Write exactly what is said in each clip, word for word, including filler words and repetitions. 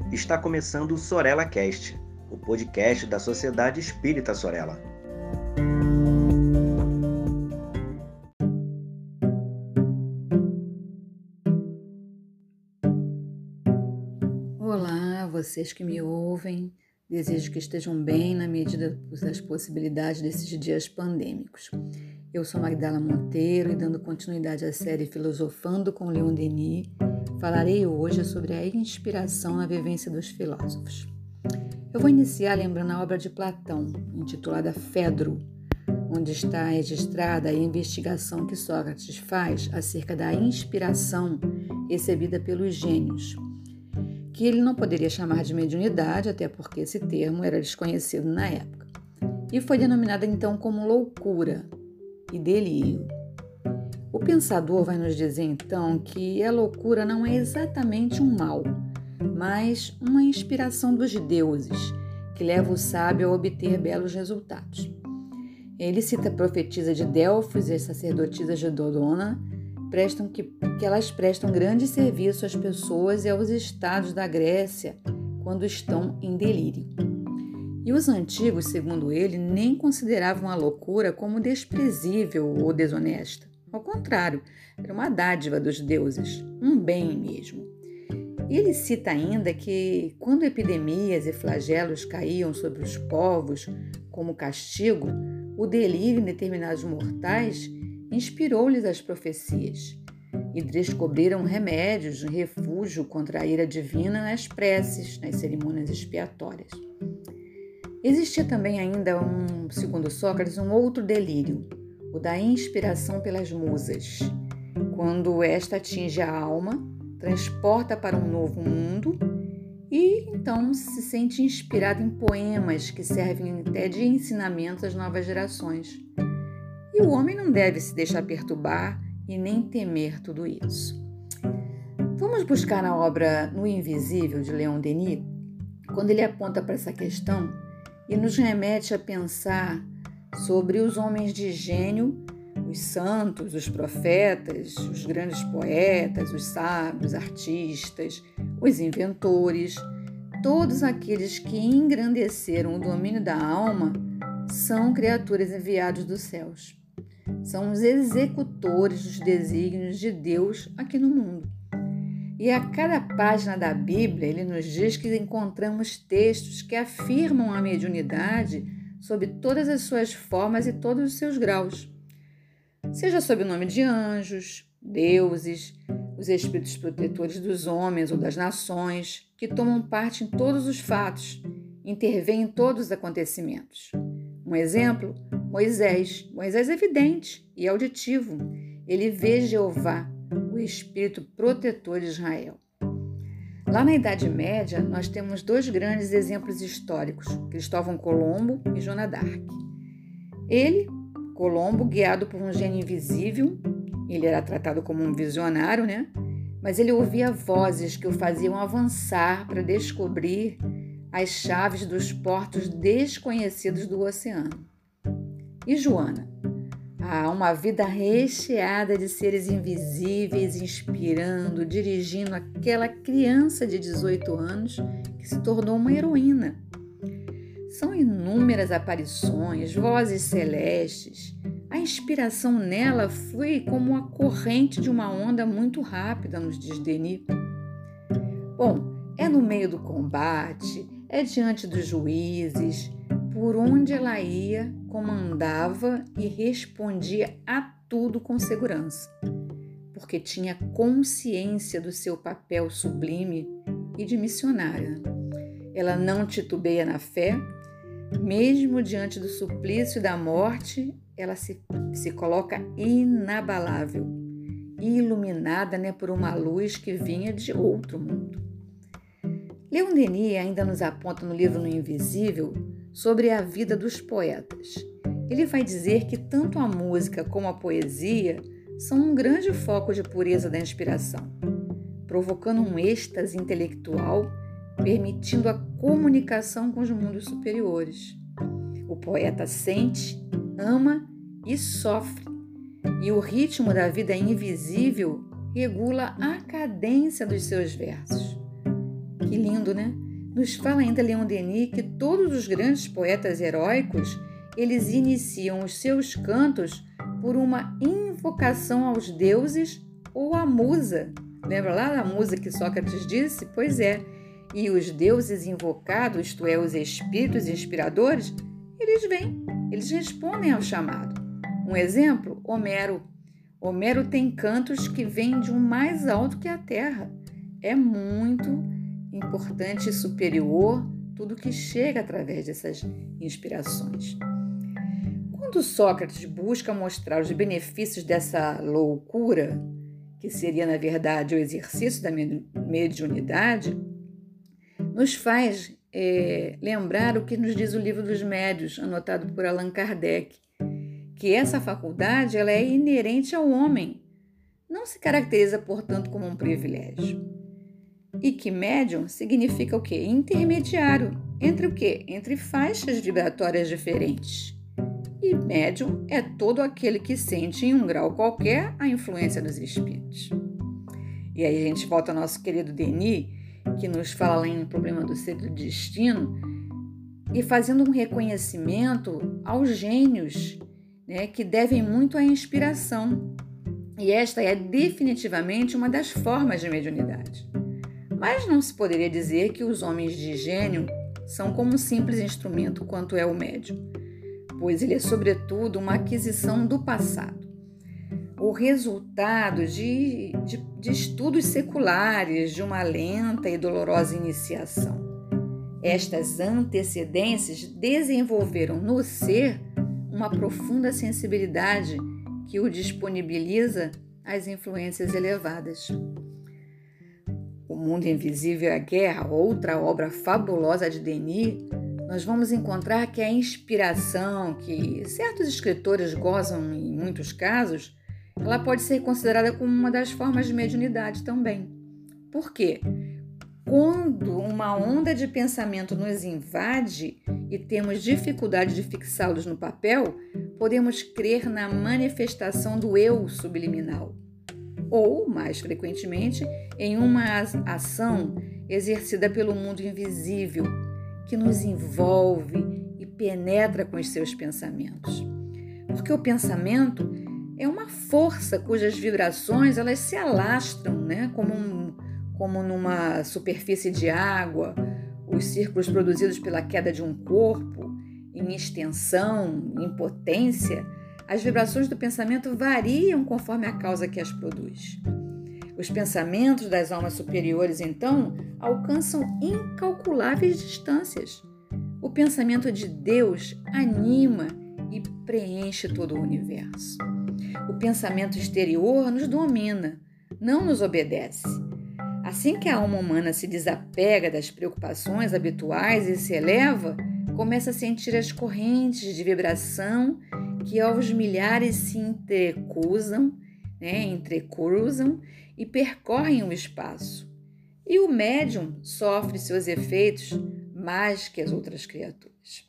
Está começando o Sorella Cast, o podcast da Sociedade Espírita Sorella. Olá, vocês que me ouvem. Desejo que estejam bem na medida das possibilidades desses dias pandêmicos. Eu sou Magdala Monteiro e, dando continuidade à série Filosofando com Leon Denis, falarei hoje sobre a inspiração na vivência dos filósofos. Eu vou iniciar lembrando a obra de Platão, intitulada Fedro, onde está registrada a investigação que Sócrates faz acerca da inspiração recebida pelos gênios, que ele não poderia chamar de mediunidade, até porque esse termo era desconhecido na época, e foi denominada então como loucura e delírio. O pensador vai nos dizer então que a loucura não é exatamente um mal, mas uma inspiração dos deuses, que leva o sábio a obter belos resultados. Ele cita a profetisa de Delfos e as sacerdotisas de Dodona, prestam que, que elas prestam grande serviço às pessoas e aos estados da Grécia quando estão em delírio. E os antigos, segundo ele, nem consideravam a loucura como desprezível ou desonesta. Ao contrário, era uma dádiva dos deuses, um bem mesmo. E ele cita ainda que, quando epidemias e flagelos caíam sobre os povos como castigo, o delírio em determinados mortais inspirou-lhes as profecias e descobriram remédios, refúgio contra a ira divina nas preces, nas cerimônias expiatórias. Existia também ainda, um, segundo Sócrates, um outro delírio, o da inspiração pelas musas, quando esta atinge a alma, transporta para um novo mundo e então se sente inspirado em poemas que servem até de ensinamento às novas gerações. E o homem não deve se deixar perturbar e nem temer tudo isso. Vamos buscar na obra No Invisível, de Leon Denis, quando ele aponta para essa questão e nos remete a pensar sobre os homens de gênio, os santos, os profetas, os grandes poetas, os sábios, artistas, os inventores, todos aqueles que engrandeceram o domínio da alma são criaturas enviadas dos céus. São os executores dos desígnios de Deus aqui no mundo. E a cada página da Bíblia, ele nos diz que encontramos textos que afirmam a mediunidade sob todas as suas formas e todos os seus graus. Seja sob o nome de anjos, deuses, os espíritos protetores dos homens ou das nações, que tomam parte em todos os fatos, intervêm em todos os acontecimentos. Um exemplo, Moisés. Moisés é vidente e auditivo. Ele vê Jeová, o espírito protetor de Israel. Lá na Idade Média, nós temos dois grandes exemplos históricos, Cristóvão Colombo e Joana d'Arc. Ele, Colombo, guiado por um gênio invisível, ele era tratado como um visionário, né? Mas ele ouvia vozes que o faziam avançar para descobrir as chaves dos portos desconhecidos do oceano. E Joana? Ah, uma vida recheada de seres invisíveis, inspirando, dirigindo aquela criança de dezoito anos que se tornou uma heroína. São inúmeras aparições, vozes celestes. A inspiração nela foi como a corrente de uma onda muito rápida, nos diz Denis. Bom, é no meio do combate, é diante dos juízes, por onde ela ia, comandava e respondia a tudo com segurança, porque tinha consciência do seu papel sublime e de missionária. Ela não titubeia na fé, mesmo diante do suplício e da morte, ela se, se coloca inabalável, iluminada, né, por uma luz que vinha de outro mundo. Leon Denis ainda nos aponta no livro No Invisível sobre a vida dos poetas. Ele vai dizer que tanto a música como a poesia são um grande foco de pureza da inspiração, provocando um êxtase intelectual, permitindo a comunicação com os mundos superiores. O poeta sente, ama e sofre, e o ritmo da vida invisível regula a cadência dos seus versos. Que lindo, né? Nos fala ainda Leon Denis que todos os grandes poetas heróicos, eles iniciam os seus cantos por uma invocação aos deuses ou à musa. Lembra lá da musa que Sócrates disse? Pois é. E os deuses invocados, isto é, os espíritos inspiradores, eles vêm, eles respondem ao chamado. Um exemplo, Homero. Homero tem cantos que vêm de um mais alto que a terra. É muito importante e superior tudo que chega através dessas inspirações. Quando Sócrates busca mostrar os benefícios dessa loucura, que seria, na verdade, o exercício da mediunidade, nos faz é, lembrar o que nos diz o Livro dos Médiuns, anotado por Allan Kardec, que essa faculdade ela é inerente ao homem, não se caracteriza, portanto, como um privilégio. E que médium significa o quê? Intermediário. Entre o quê? Entre faixas vibratórias diferentes. E médium é todo aquele que sente em um grau qualquer a influência dos espíritos. E aí a gente volta ao nosso querido Denis, que nos fala lá em O Problema do Ser e do Destino, e fazendo um reconhecimento aos gênios, né, que devem muito à inspiração. E esta é definitivamente uma das formas de mediunidade. Mas não se poderia dizer que os homens de gênio são como um simples instrumento quanto é o médium, pois ele é, sobretudo, uma aquisição do passado, o resultado de, de, de estudos seculares, de uma lenta e dolorosa iniciação. Estas antecedências desenvolveram no ser uma profunda sensibilidade que o disponibiliza às influências elevadas. O Mundo Invisível e a Guerra, outra obra fabulosa de Denis, nós vamos encontrar que a inspiração que certos escritores gozam em muitos casos, ela pode ser considerada como uma das formas de mediunidade também. Por quê? Quando uma onda de pensamento nos invade e temos dificuldade de fixá-los no papel, podemos crer na manifestação do eu subliminal. Ou, mais frequentemente, em uma ação exercida pelo mundo invisível, que nos envolve e penetra com os seus pensamentos. Porque o pensamento é uma força cujas vibrações elas se alastram, né? como, um, como numa superfície de água, os círculos produzidos pela queda de um corpo, em extensão, em potência. As vibrações do pensamento variam conforme a causa que as produz. Os pensamentos das almas superiores, então, alcançam incalculáveis distâncias. O pensamento de Deus anima e preenche todo o universo. O pensamento exterior nos domina, não nos obedece. Assim que a alma humana se desapega das preocupações habituais e se eleva, começa a sentir as correntes de vibração que aos milhares se entrecruzam, né, entrecruzam e percorrem o espaço. E o médium sofre seus efeitos mais que as outras criaturas.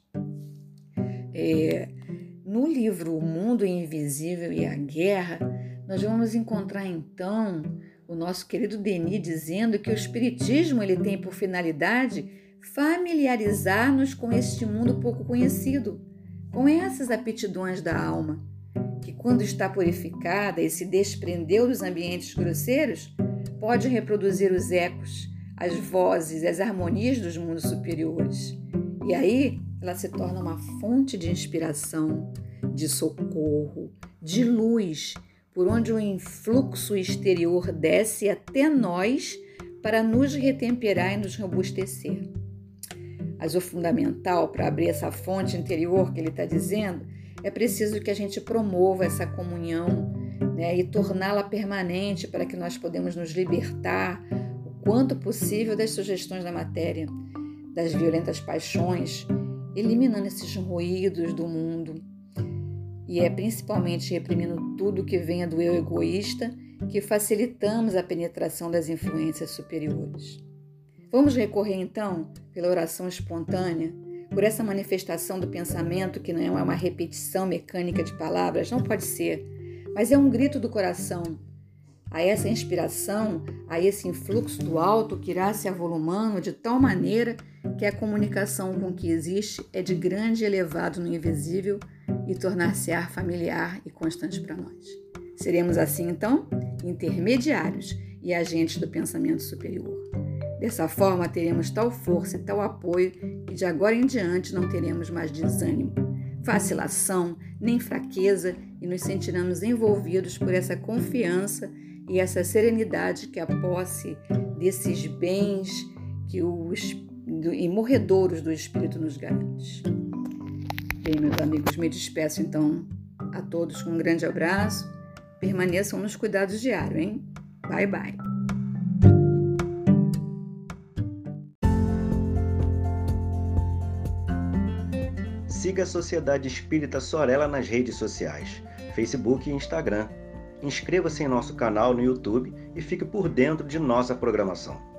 É, no livro O Mundo Invisível e a Guerra, nós vamos encontrar então o nosso querido Denis dizendo que o espiritismo ele tem por finalidade familiarizar-nos com este mundo pouco conhecido, com essas aptidões da alma, que quando está purificada e se desprendeu dos ambientes grosseiros, pode reproduzir os ecos, as vozes e as harmonias dos mundos superiores. E aí ela se torna uma fonte de inspiração, de socorro, de luz, por onde o influxo exterior desce até nós para nos retemperar e nos robustecer. Mas o fundamental para abrir essa fonte interior que ele está dizendo é preciso que a gente promova essa comunhão, né, e torná-la permanente para que nós podemos nos libertar o quanto possível das sugestões da matéria, das violentas paixões, eliminando esses ruídos do mundo. E é principalmente reprimindo tudo que venha do eu egoísta que facilitamos a penetração das influências superiores. Vamos recorrer então pela oração espontânea, por essa manifestação do pensamento que não é uma repetição mecânica de palavras, não pode ser, mas é um grito do coração, a essa inspiração, a esse influxo do alto que irá se avolumando de tal maneira que a comunicação com o que existe é de grande e elevado no invisível e tornar-se-á familiar e constante para nós. Seremos assim, então, intermediários e agentes do pensamento superior. Dessa forma, teremos tal força e tal apoio que de agora em diante não teremos mais desânimo, vacilação, nem fraqueza e nos sentiremos envolvidos por essa confiança e essa serenidade que a posse desses bens que os imorredouros do Espírito nos garante. Bem, meus amigos, me despeço então a todos com um grande abraço. Permaneçam nos cuidados diários, hein? Bye, bye. Siga a Sociedade Espírita Sorella nas redes sociais, Facebook e Instagram. Inscreva-se em nosso canal no YouTube e fique por dentro de nossa programação.